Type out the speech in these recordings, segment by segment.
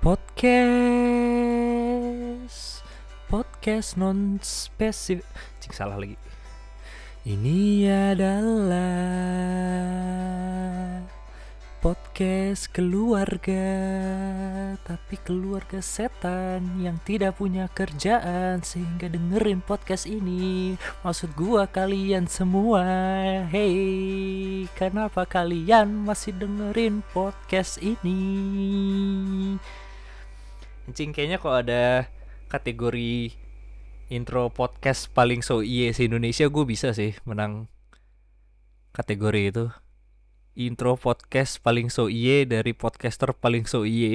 Podcast non spesifik. Cik, salah lagi. Ini adalah podcast keluarga, tapi keluarga setan yang tidak punya kerjaan sehingga dengerin podcast ini. Maksud gua kalian semua. Hey, kenapa kalian masih dengerin podcast ini? Cing, kayaknya kok ada kategori intro podcast paling so iye se-Indonesia, gue bisa sih menang kategori itu. Intro podcast paling so iye dari podcaster paling so iye.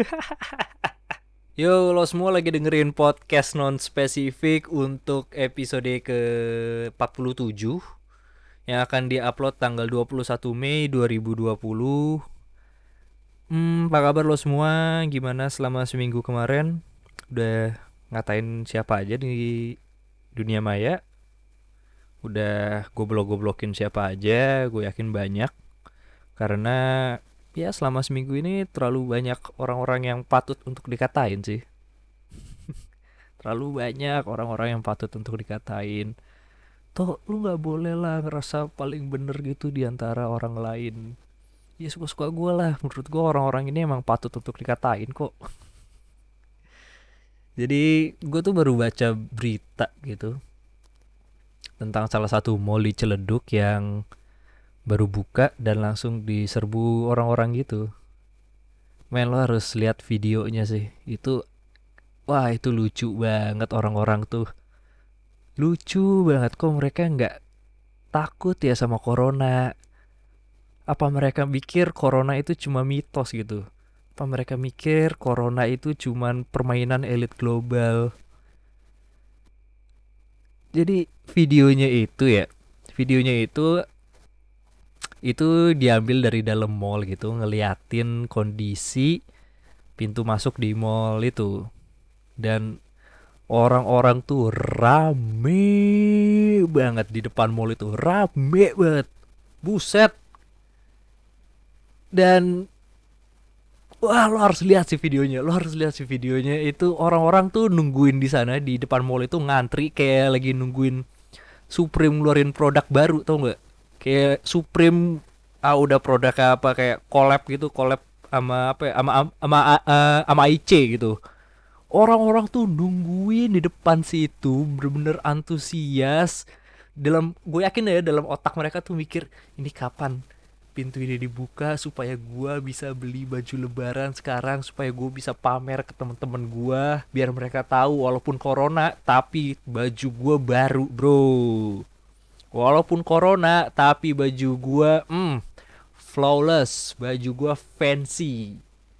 Yo, lo semua lagi dengerin podcast non spesifik untuk episode ke-47 yang akan diupload tanggal 21 Mei 2020. Apa kabar lo semua? Gimana selama seminggu kemarin? Udah ngatain siapa aja di dunia maya? Udah goblok-goblokin siapa aja? Gue yakin banyak. Karena ya selama seminggu ini terlalu banyak orang-orang yang patut untuk dikatain sih. Terlalu banyak orang-orang yang patut untuk dikatain. Toh lu gak boleh lah ngerasa paling bener gitu di antara orang lain. Ya suka-suka gue lah. Menurut gue orang-orang ini emang patut untuk dikatain kok. Jadi gue tuh baru baca berita gitu tentang salah satu mall di Ciledug yang baru buka dan langsung diserbu orang-orang gitu. Men, lo harus lihat videonya sih. Wah, itu lucu banget orang-orang tuh. Lucu banget, kok mereka nggak takut ya sama corona. Apa mereka mikir corona itu cuma mitos gitu? Apa mereka mikir corona itu cuma permainan elit global? Jadi videonya itu diambil dari dalam mall gitu, ngeliatin kondisi pintu masuk di mall itu. Dan orang-orang tuh rame banget di depan mall itu, rame banget, buset. Dan wah, lo harus lihat sih videonya. Itu orang-orang tuh nungguin di sana di depan mall itu, ngantri kayak lagi nungguin Supreme ngeluarin produk baru, tau nggak? Kayak Supreme udah produk apa, kayak collab gitu, collab sama apa ya, sama IC gitu. Orang-orang tuh nungguin di depan situ, bener-bener antusias. Gue yakin ya, dalam otak mereka tuh mikir, ini kapan pintu ini dibuka supaya gue bisa beli baju lebaran sekarang, supaya gue bisa pamer ke teman-teman gue, biar mereka tahu walaupun corona tapi baju gue baru, bro. Walaupun corona tapi baju gue flawless, baju gue fancy.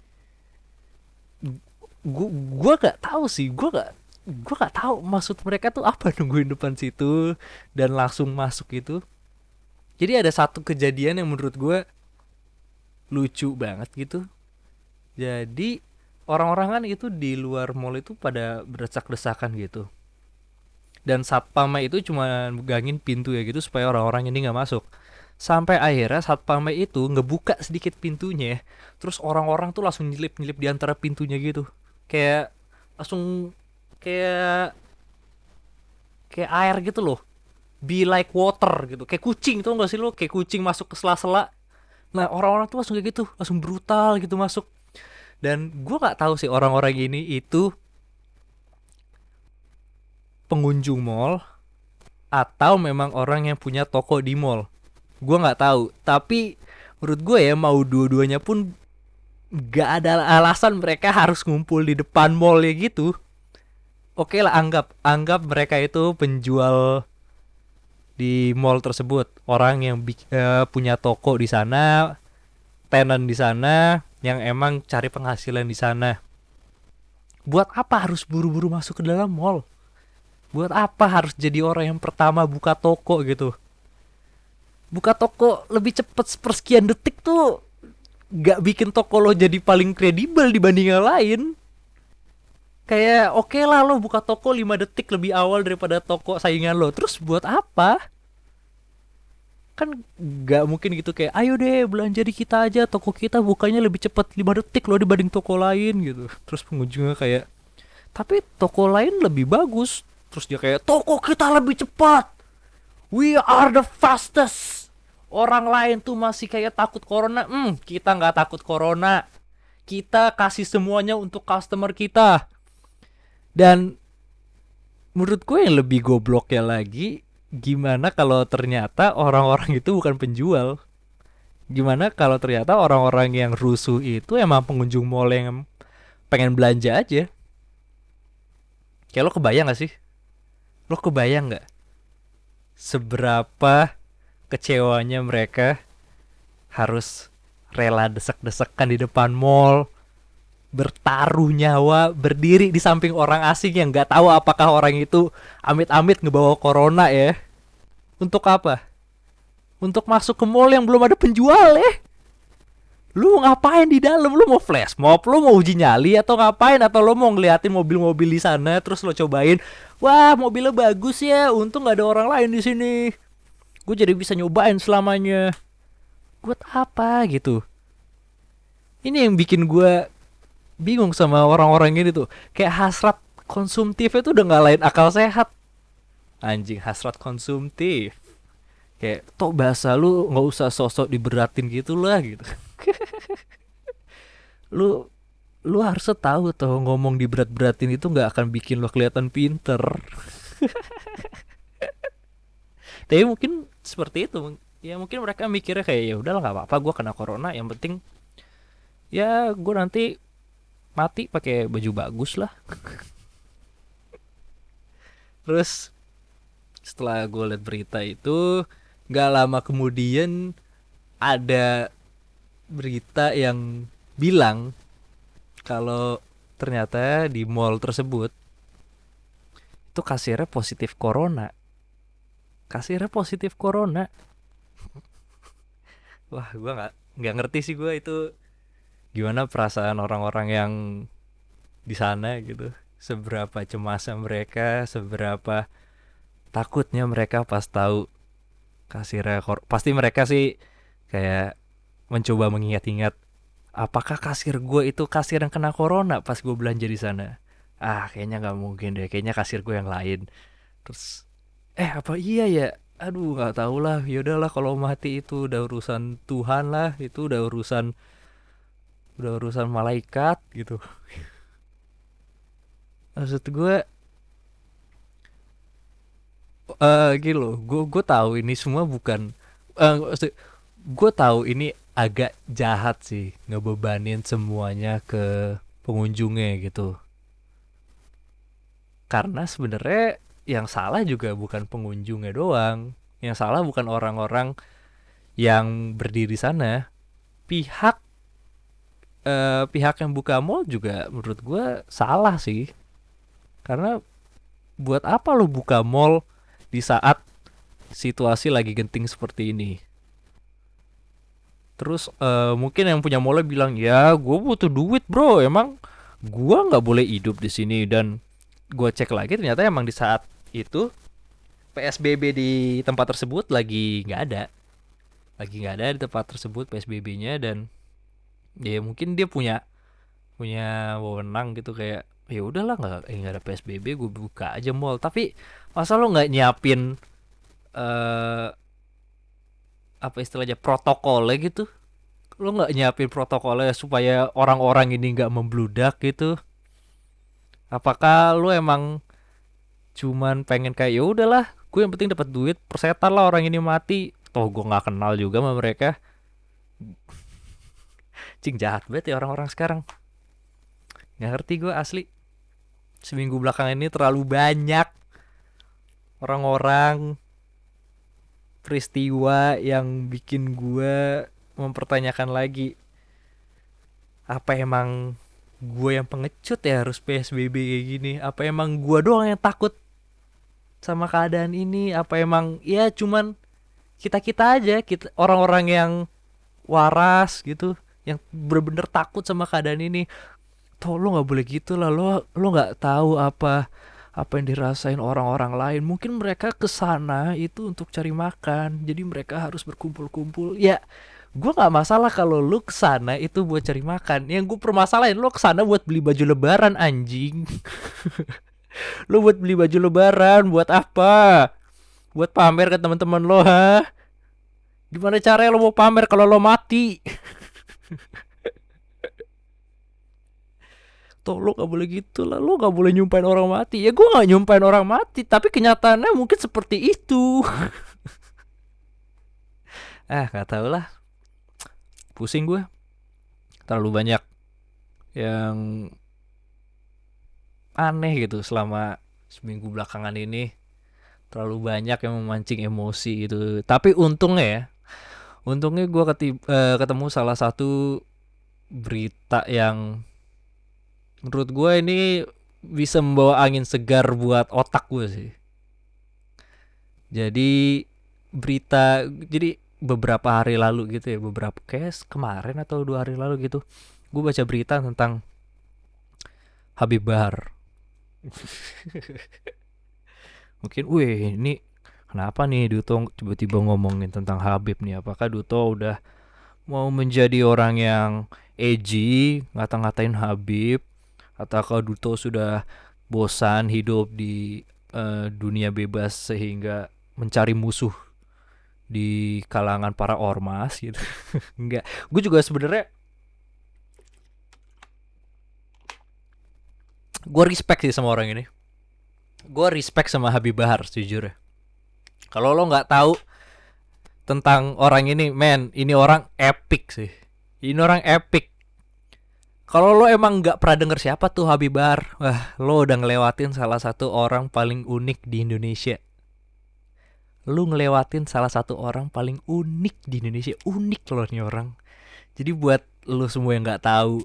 Gue gak tahu sih, gue gak tahu maksud mereka tuh apa nungguin depan situ dan langsung masuk itu. Jadi ada satu kejadian yang menurut gue lucu banget gitu. Jadi orang-orang kan itu di luar mall itu pada berdesak-desakan gitu. Dan satpamnya itu cuma megangin pintu ya gitu supaya orang-orang ini nggak masuk. Sampai akhirnya satpamnya itu ngebuka sedikit pintunya, terus orang-orang tuh langsung nyelip-nyelip di antara pintunya gitu. Kayak langsung kayak kayak air gitu loh. Be like water gitu. Kayak kucing tuh, nggak sih lo? Kayak kucing masuk ke sela-sela. Nah, orang-orang tuh langsung kayak gitu, langsung brutal gitu masuk. Dan gue nggak tahu sih orang-orang ini itu pengunjung mall atau memang orang yang punya toko di mall. Gue nggak tahu. Tapi menurut gue ya, mau dua-duanya pun gak ada alasan mereka harus ngumpul di depan mall ya gitu. Oke lah, anggap mereka itu penjual di mall tersebut, orang yang punya toko di sana, tenan di sana, yang emang cari penghasilan di sana. Buat apa harus buru-buru masuk ke dalam mall? Buat apa harus jadi orang yang pertama buka toko gitu? Buka toko lebih cepet sepersekian detik tuh gak bikin toko lo jadi paling kredibel dibanding yang lain. Kayak oke lah, lo buka toko 5 detik lebih awal daripada toko saingan lo. Terus buat apa? Kan nggak mungkin gitu kayak ayo deh belanja di kita aja, toko kita bukanya lebih cepat 5 detik loh dibanding toko lain gitu. Terus pengunjungnya kayak tapi toko lain lebih bagus. Terus dia kayak toko kita lebih cepat, we are the fastest. Orang lain tuh masih kayak takut corona. Kita nggak takut corona, kita kasih semuanya untuk customer kita. Dan menurut gue yang lebih gobloknya lagi, gimana kalau ternyata orang-orang itu bukan penjual? Gimana kalau ternyata orang-orang yang rusuh itu emang pengunjung mall yang pengen belanja aja? Kayak lo kebayang gak sih? Lo kebayang gak seberapa kecewanya mereka harus rela desek-desekan di depan mall, bertaruh nyawa, berdiri di samping orang asing yang nggak tahu apakah orang itu amit-amit ngebawa corona ya. Untuk apa? Untuk masuk ke mall yang belum ada penjual ya. Lu ngapain di dalam? Lu mau flash mob? Lu mau uji nyali atau ngapain? Atau lu mau ngeliatin mobil-mobil di sana terus lo cobain? Wah, mobilnya bagus ya. Untung nggak ada orang lain di sini. Gue jadi bisa nyobain selamanya. Buat apa gitu? Ini yang bikin gue bingung sama orang-orang ini tuh. Kayak hasrat konsumtif itu udah nggak lain akal sehat. Anjing, hasrat konsumtif. Kayak toh bahasa lu nggak usah sosok diberatin gitu lah gitu. lu lu harus tahu tuh ngomong diberat-beratin itu nggak akan bikin lo kelihatan pinter. Tapi mungkin seperti itu. Ya mungkin mereka mikirnya kayak ya udahlah nggak apa-apa gue kena corona, yang penting ya gue nanti mati pakai baju bagus lah. Terus setelah gue liat berita itu, nggak lama kemudian ada berita yang bilang kalau ternyata di mall tersebut itu kasirnya positif corona. Kasirnya positif corona. Wah, gue nggak ngerti sih gue itu gimana perasaan orang-orang yang di sana gitu. Seberapa cemasnya mereka, seberapa takutnya mereka pas tahu kasirnya pasti mereka sih kayak mencoba mengingat-ingat apakah kasir gue itu kasir yang kena corona pas gue belanja di sana. Kayaknya nggak mungkin deh, kayaknya kasir gue yang lain. Terus apa iya ya, aduh nggak tahu lah, yaudahlah kalau mati itu udah urusan Tuhan lah, itu udah urusan malaikat gitu. Maksud gue gini loh, gue tahu ini semua bukan gue tahu ini agak jahat sih ngebebanin semuanya ke pengunjungnya gitu. Karena sebenarnya yang salah juga bukan pengunjungnya doang. Yang salah bukan orang-orang yang berdiri sana. Pihak pihak yang buka mall juga menurut gue salah sih. Karena buat apa lo buka mall di saat situasi lagi genting seperti ini? Terus mungkin yang punya mall bilang ya gue butuh duit bro, emang gue nggak boleh hidup di sini. Dan gue cek lagi ternyata emang di saat itu PSBB di tempat tersebut lagi nggak ada di tempat tersebut PSBB-nya. Dan ya mungkin dia punya punya wewenang gitu kayak ya udahlah nggak ada PSBB gue buka aja mall. Tapi masa lo nggak nyiapin eh apa istilahnya protokolnya gitu, lo nggak nyiapin protokolnya supaya orang-orang ini nggak membludak gitu? Apakah lo emang cuman pengen kayak ya udahlah gue yang penting dapat duit persetan lah orang ini mati, toh gue nggak kenal juga sama mereka. Cing, jahat banget ya orang-orang sekarang, nggak ngerti gue asli. Seminggu belakang ini terlalu banyak orang-orang peristiwa yang bikin gue mempertanyakan lagi, apa emang gue yang pengecut ya harus PSBB kayak gini? Apa emang gue doang yang takut sama keadaan ini? Apa emang ya cuman kita-kita aja, kita orang-orang yang waras gitu, yang bener-bener takut sama keadaan ini? Toh lo nggak boleh gitu lah, lo nggak tahu apa apa yang dirasain orang-orang lain. Mungkin mereka ke sana itu untuk cari makan, jadi mereka harus berkumpul-kumpul. Ya, gue nggak masalah kalau lu ke sana itu buat cari makan. Yang gue permasalahin, lu ke sana buat beli baju lebaran, anjing. Lu buat beli baju lebaran buat apa? Buat pamer ke teman-teman lo, ha? Gimana caranya lo mau pamer kalau lo mati? Tuh lo gak boleh gitu lah. Lo gak boleh nyumpain orang mati. Ya gue gak nyumpain orang mati, tapi kenyataannya mungkin seperti itu. Gak tau lah. Pusing gue. Terlalu banyak yang aneh gitu selama seminggu belakangan ini. Terlalu banyak yang memancing emosi gitu. Tapi untungnya ya, untungnya gue ketemu salah satu berita yang menurut gue ini bisa membawa angin segar buat otak gue sih. Jadi jadi beberapa hari lalu gitu ya, beberapa kayak kemarin atau 2 hari lalu gitu, gue baca berita tentang Habib Bahar. Mungkin, wih ini kenapa nih Duto tiba-tiba ngomongin tentang Habib nih? Apakah Duto udah mau menjadi orang yang edgy, ngata-ngatain Habib? Ataukah Duto sudah bosan hidup di dunia bebas sehingga mencari musuh di kalangan para ormas gitu? Enggak, gue juga sebenarnya gue respect sih sama orang ini. Gue respect sama Habib Bahar sejujurnya. Kalau lo nggak tahu tentang orang ini, men, ini orang epic sih. Ini orang epic. Kalau lo emang nggak pernah denger siapa tuh Habib Bahar, wah lo udah ngelewatin salah satu orang paling unik di Indonesia. Lo ngelewatin salah satu orang paling unik di Indonesia. Unik loh nih orang. Jadi buat lo semua yang nggak tahu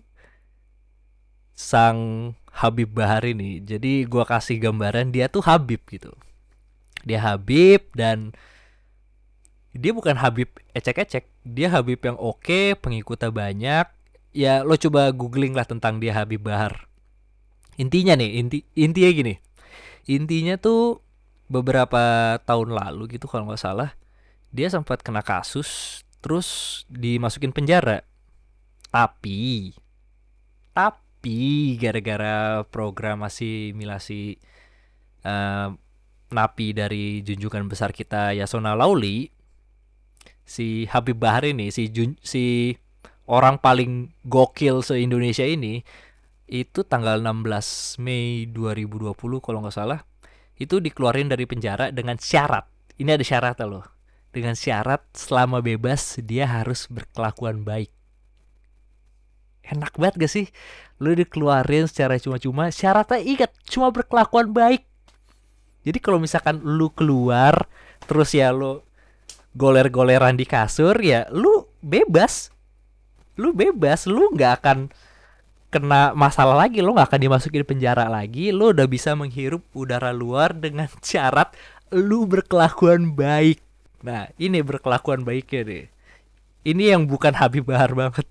sang Habib Bahar ini, jadi gua kasih gambaran dia tuh Habib gitu. Dia Habib dan dia bukan Habib ecek-ecek, dia Habib yang oke, pengikutnya banyak. Ya lo coba googling lah tentang dia Habib Bahar. Intinya nih, intinya gini. Intinya tuh beberapa tahun lalu gitu kalau nggak salah, dia sempat kena kasus terus dimasukin penjara. Tapi gara-gara program asimilasi uh, napi dari junjungan besar kita Yasona Lauli, si Habib Bahar ini, si orang paling gokil se-Indonesia ini, itu tanggal 16 Mei 2020 kalau nggak salah, itu dikeluarin dari penjara dengan syarat. Ini ada syaratnya loh. Dengan syarat selama bebas dia harus berkelakuan baik. Enak banget gak sih? Lu dikeluarin secara cuma-cuma, syaratnya ingat cuma berkelakuan baik. Jadi kalau misalkan lu keluar terus ya lu goler-goleran di kasur, ya lu bebas. Lu nggak akan kena masalah lagi, lu nggak akan dimasukin penjara lagi, lu udah bisa menghirup udara luar dengan syarat lu berkelakuan baik. Nah ini berkelakuan baiknya deh, ini yang bukan Habib Bahar banget.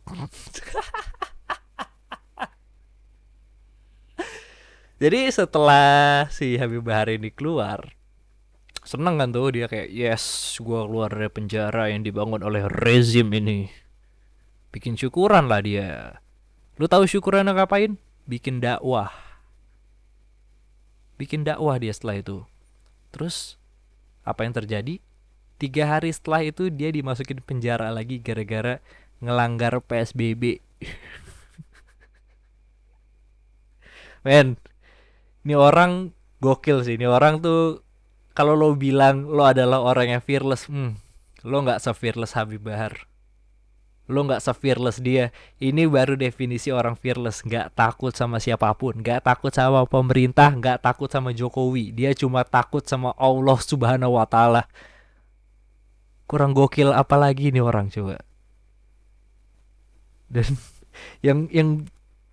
Jadi setelah si Habib Bahar ini keluar, seneng kan tuh dia, kayak yes gua keluar dari penjara yang dibangun oleh rezim ini. Bikin syukuran lah dia. Lu tahu syukuran ngapain? Bikin dakwah. Bikin dakwah dia setelah itu. Terus apa yang terjadi? 3 hari setelah itu dia dimasukin penjara lagi gara-gara ngelanggar PSBB. Men, ini orang gokil sih. Ini orang tuh kalau lo bilang lo adalah orang yang fearless, lo nggak se-fearless Habib Bahar. Lo nggak se-fearless dia. Ini baru definisi orang fearless. Nggak takut sama siapapun, nggak takut sama pemerintah, nggak takut sama Jokowi. Dia cuma takut sama Allah Subhanahu Wa Taala. Kurang gokil apalagi nih orang coba. Dan yang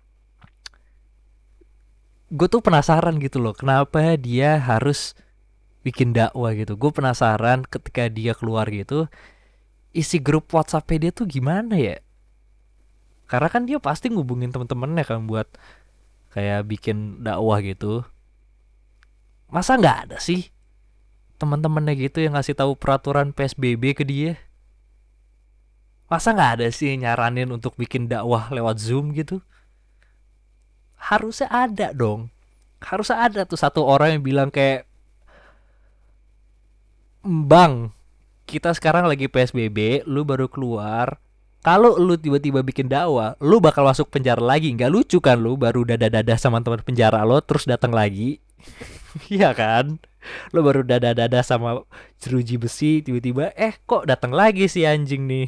gue tuh penasaran gitu loh, kenapa dia harus bikin dakwah gitu. Gue penasaran ketika dia keluar gitu, isi grup WhatsApp dia tuh gimana ya? Karena kan dia pasti ngubungin temen-temennya kan buat kayak bikin dakwah gitu. Masa nggak ada sih teman-temannya gitu yang ngasih tahu peraturan PSBB ke dia? Masa nggak ada sih nyaranin untuk bikin dakwah lewat Zoom gitu? Harusnya ada dong. Harusnya ada tuh satu orang yang bilang kayak, Bang, kita sekarang lagi PSBB, lu baru keluar. Kalau lu tiba-tiba bikin dakwah, lu bakal masuk penjara lagi. Nggak lucu kan lu baru dadah-dadah sama teman penjara lo terus datang lagi. Iya kan? Lu baru dadah-dadah sama jeruji besi, tiba-tiba kok datang lagi si anjing nih.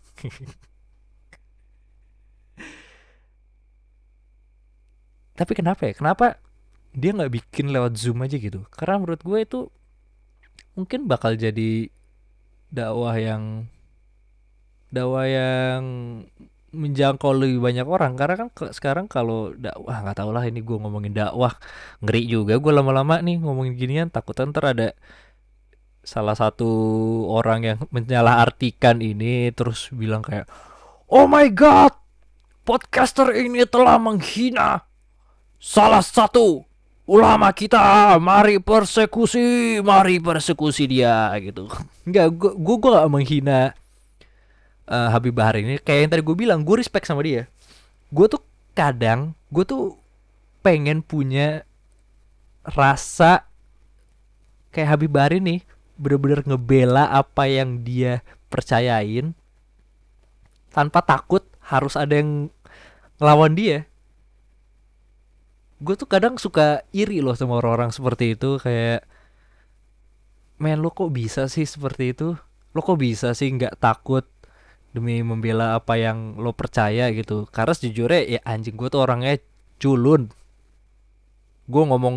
Tapi kenapa ya? Kenapa dia nggak bikin lewat Zoom aja gitu? Karena menurut gue itu mungkin bakal jadi dakwah yang dakwah yang menjangkau lebih banyak orang, karena kan sekarang kalau dakwah nggak tau lah, ini gue ngomongin dakwah ngeri juga gue lama-lama nih ngomongin ginian, takutnya ntar ada salah satu orang yang menyalahartikan ini terus bilang kayak, oh my god, podcaster ini telah menghina salah satu ulama kita, mari persekusi dia gitu. Nggak, gue gak menghina Habib Bahar ini. Kayak yang tadi gue bilang, gue respect sama dia. Gue tuh kadang gue tuh pengen punya rasa kayak Habib Bahar ini, bener-bener ngebela apa yang dia percayain tanpa takut harus ada yang ngelawan dia. Gue tuh kadang suka iri loh sama orang-orang seperti itu. Kayak, men, lo kok bisa sih seperti itu? Lo kok bisa sih nggak takut demi membela apa yang lo percaya gitu? Karena sejujurnya ya anjing, gue tuh orangnya culun. Gue ngomong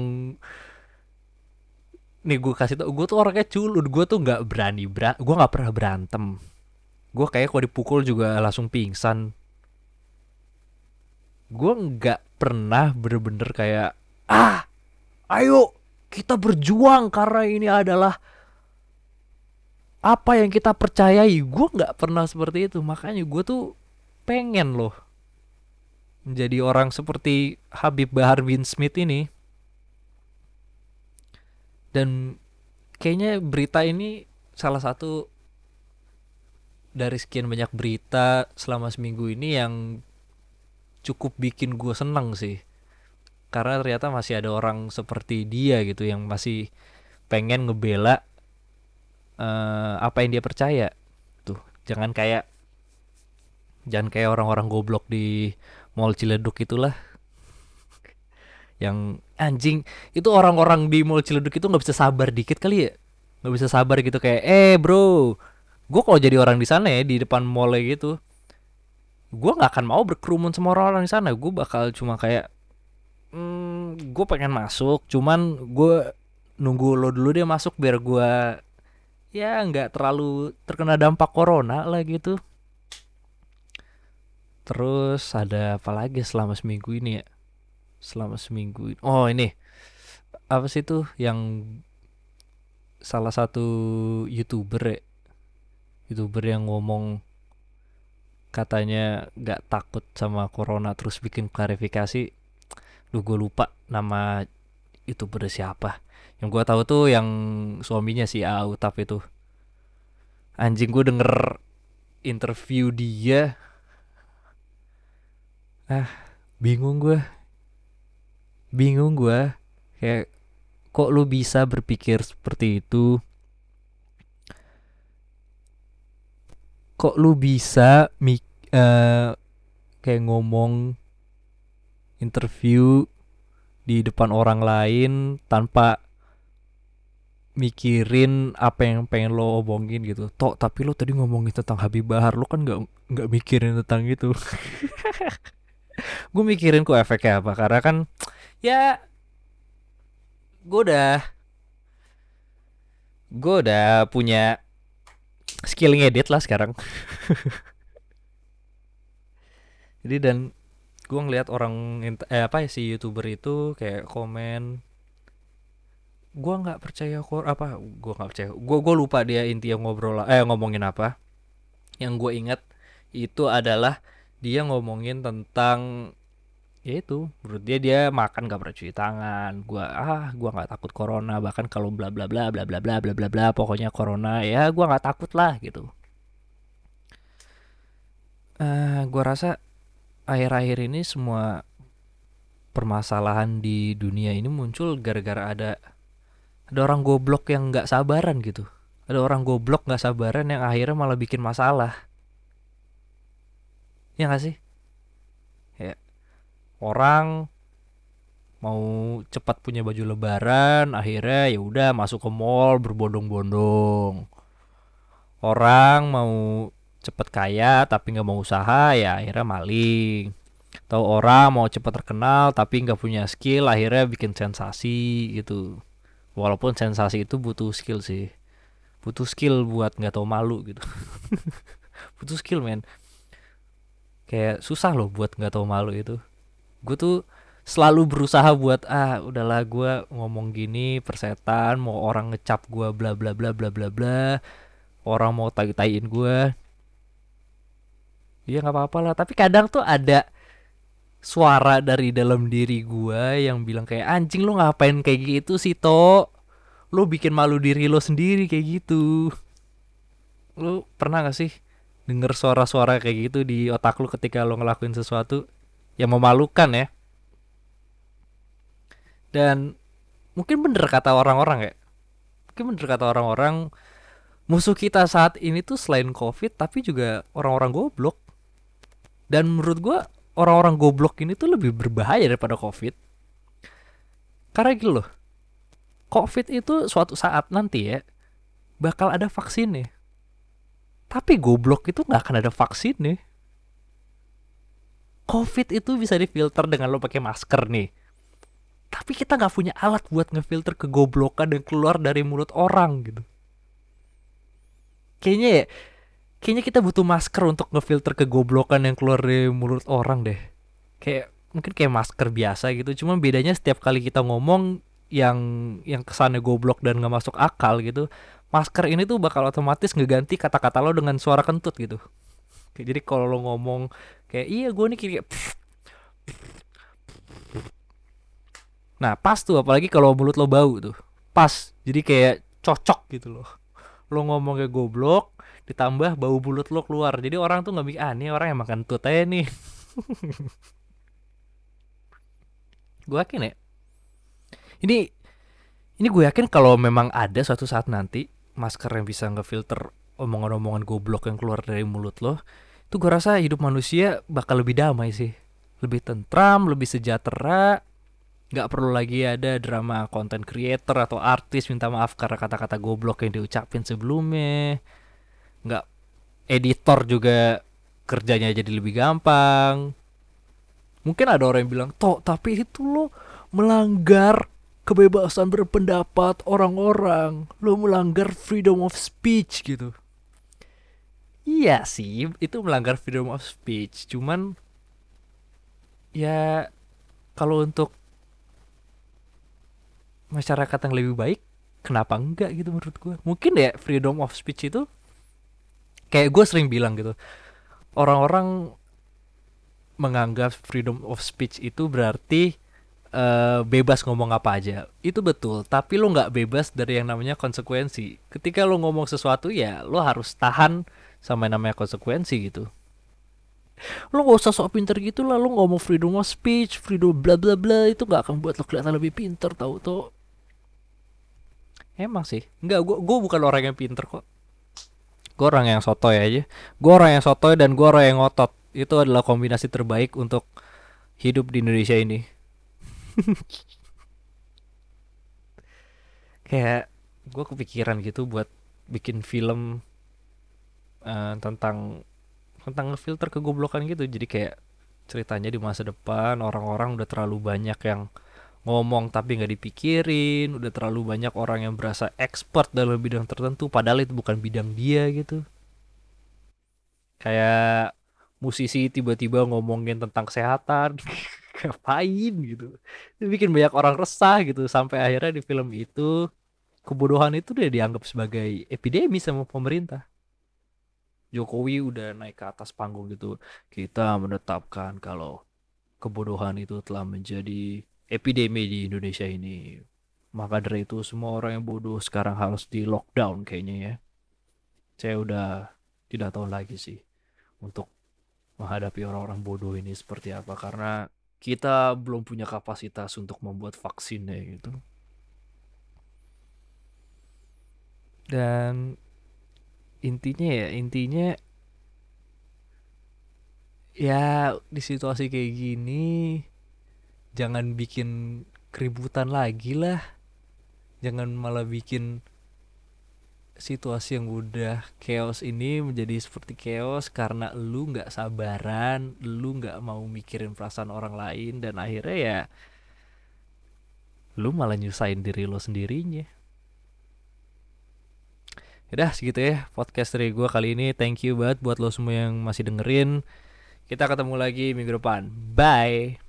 nih, gue kasih tau, gue tuh orangnya culun. Gue tuh nggak berani gue nggak pernah berantem. Gue kayak kalau dipukul juga langsung pingsan. Gue nggak pernah bener-bener kayak, ah, ayo kita berjuang karena ini adalah apa yang kita percayai. Gue nggak pernah seperti itu. Makanya gue tuh pengen loh menjadi orang seperti Habib Bahar bin Smith ini. Dan kayaknya berita ini salah satu dari sekian banyak berita selama seminggu ini yang cukup bikin gue seneng sih. Karena ternyata masih ada orang seperti dia gitu yang masih pengen ngebela apa yang dia percaya. Tuh, jangan kayak orang-orang goblok di Mall Ciledug itulah, yang anjing. Itu orang-orang di Mall Ciledug itu nggak bisa sabar dikit kali ya, nggak bisa sabar gitu kayak, bro, gue kalau jadi orang di sana ya, di depan mall gitu, gue nggak akan mau berkerumun sama orang-orang di sana. Gue bakal cuma kayak, gue pengen masuk, cuman gue nunggu lo dulu deh masuk biar gue ya nggak terlalu terkena dampak corona lah gitu. Terus ada apa lagi selama seminggu ini ya? Selama seminggu ini, oh ini apa sih tuh yang salah satu youtuber ya, youtuber yang ngomong katanya nggak takut sama corona terus bikin klarifikasi. Duh, gue lupa nama youtuber siapa. Yang gue tahu tuh yang suaminya si Autap itu. Anjing, gue denger interview dia, ah, bingung gue, bingung gue. Kayak, kok lu bisa berpikir seperti itu? Kok lu bisa kayak ngomong interview di depan orang lain tanpa mikirin apa yang pengen lo omongin gitu. Tok, tapi lo tadi ngomongin tentang Habib Bahar, lo kan nggak mikirin tentang itu. Gue mikirin kok efeknya apa, karena kan ya gue udah punya skill ngedit lah sekarang. Jadi dan gue ngeliat orang apa ya, si youtuber itu kayak komen, gue nggak percaya kok, apa, gue nggak percaya, gue lupa dia intinya ngobrol ngomongin apa. Yang gue ingat itu adalah dia ngomongin tentang Ya itu, menurut dia makan gak pernah cuci tangan. Gua nggak takut corona, bahkan kalau bla bla bla bla bla bla bla bla bla, pokoknya corona ya gua nggak takut lah gitu. Gua rasa akhir-akhir ini semua permasalahan di dunia ini muncul gara-gara ada orang goblok yang nggak sabaran gitu. Ada orang goblok nggak sabaran yang akhirnya malah bikin masalah. Ya nggak sih? Ya, orang mau cepat punya baju lebaran, akhirnya ya udah masuk ke mall berbondong-bondong. Orang mau cepet kaya tapi nggak mau usaha, ya akhirnya maling. Tahu orang mau cepet terkenal tapi nggak punya skill, akhirnya bikin sensasi gitu. Walaupun sensasi itu butuh skill sih, butuh skill buat nggak tahu malu gitu. Butuh skill men, kayak susah loh buat nggak tahu malu itu. Gue tuh selalu berusaha buat udahlah, gue ngomong gini persetan, mau orang ngecap gue bla bla bla bla bla bla, orang mau tai-taiin gue, ya nggak apa-apa lah. Tapi kadang tuh ada suara dari dalam diri gue yang bilang kayak, anjing lu ngapain kayak gitu sih to, lu bikin malu diri lo sendiri kayak gitu. Lu pernah gak sih denger suara-suara kayak gitu di otak lu ketika lu ngelakuin sesuatu yang memalukan ya? Dan mungkin bener kata orang-orang ya, mungkin bener kata orang-orang, musuh kita saat ini tuh selain covid tapi juga orang-orang goblok. Dan menurut gua orang-orang goblok ini tuh lebih berbahaya daripada covid. Karena gitu loh, covid itu suatu saat nanti ya bakal ada vaksinnya, tapi goblok itu nggak akan ada vaksinnya. Covid itu bisa difilter dengan lo pakai masker nih, tapi kita nggak punya alat buat ngefilter kegoblokan yang keluar dari mulut orang gitu. Kayaknya ya, kayaknya kita butuh masker untuk ngefilter kegoblokan yang keluar dari mulut orang deh. Kayak mungkin kayak masker biasa gitu, cuma bedanya setiap kali kita ngomong yang kesannya goblok dan nggak masuk akal gitu, masker ini tuh bakal otomatis ngeganti kata-kata lo dengan suara kentut gitu. Kayak, jadi kalau lo ngomong kayak iya gue nih kayak nah pas tuh, apalagi kalau mulut lo bau tuh pas, jadi kayak cocok gitu loh. Lo ngomong kayak goblok ditambah bau mulut lo keluar, jadi orang tuh nggak mikir nih orang yang makan tut aja nih. Gue yakin ya, ini gue yakin kalau memang ada suatu saat nanti masker yang bisa ngefilter omongan-omongan goblok yang keluar dari mulut lo, itu gue rasa hidup manusia bakal lebih damai sih, lebih tentram, lebih sejahtera. Nggak perlu lagi ada drama content creator atau artis minta maaf karena kata-kata goblok yang diucapin sebelumnya. Nggak, editor juga kerjanya jadi lebih gampang. Mungkin ada orang yang bilang, toh tapi itu lo melanggar kebebasan berpendapat orang-orang, lo melanggar freedom of speech gitu. Iya sih, itu melanggar freedom of speech. Cuman ya kalau untuk masyarakat yang lebih baik, kenapa enggak gitu menurut gue. Mungkin ya freedom of speech itu, kayak gue sering bilang gitu, orang-orang menganggap freedom of speech itu berarti bebas ngomong apa aja. Itu betul, tapi lo nggak bebas dari yang namanya konsekuensi. Ketika lo ngomong sesuatu ya lo harus tahan sama yang namanya konsekuensi gitu. Lo gak usah sok pinter gitu lah, lo ngomong freedom of speech, freedom bla bla bla, itu gak akan buat lo kelihatan lebih pinter tau tuh. Emang sih, nggak, gue bukan orang yang pinter kok. Gue orang yang sotoy aja. Gue orang yang sotoy dan gue orang yang ngotot. Itu adalah kombinasi terbaik untuk hidup di Indonesia ini. Kayak gue kepikiran gitu buat bikin film tentang ngefilter kegoblokan gitu. Jadi kayak ceritanya di masa depan orang-orang udah terlalu banyak yang ngomong tapi nggak dipikirin, udah terlalu banyak orang yang berasa expert dalam bidang tertentu padahal itu bukan bidang dia gitu. Kayak musisi tiba-tiba ngomongin tentang kesehatan, ngapain gitu. Itu bikin banyak orang resah gitu, sampai akhirnya di film itu kebodohan itu udah dianggap sebagai epidemi sama pemerintah. Jokowi udah naik ke atas panggung gitu, kita menetapkan kalau kebodohan itu telah menjadi epidemi di Indonesia ini. Maka dari itu semua orang yang bodoh sekarang harus di lockdown kayaknya ya. Saya udah tidak tahu lagi sih untuk menghadapi orang-orang bodoh ini seperti apa karena kita belum punya kapasitas untuk membuat vaksinnya gitu. Dan intinya ya di situasi kayak gini jangan bikin keributan lagi lah. Jangan malah bikin situasi yang udah chaos ini menjadi seperti chaos karena lu nggak sabaran, lu nggak mau mikirin perasaan orang lain dan akhirnya ya lu malah nyusahin diri lo sendirinya. Udah segitu ya podcast dari gue kali ini. Thank you banget buat lo semua yang masih dengerin. Kita ketemu lagi minggu depan. Bye.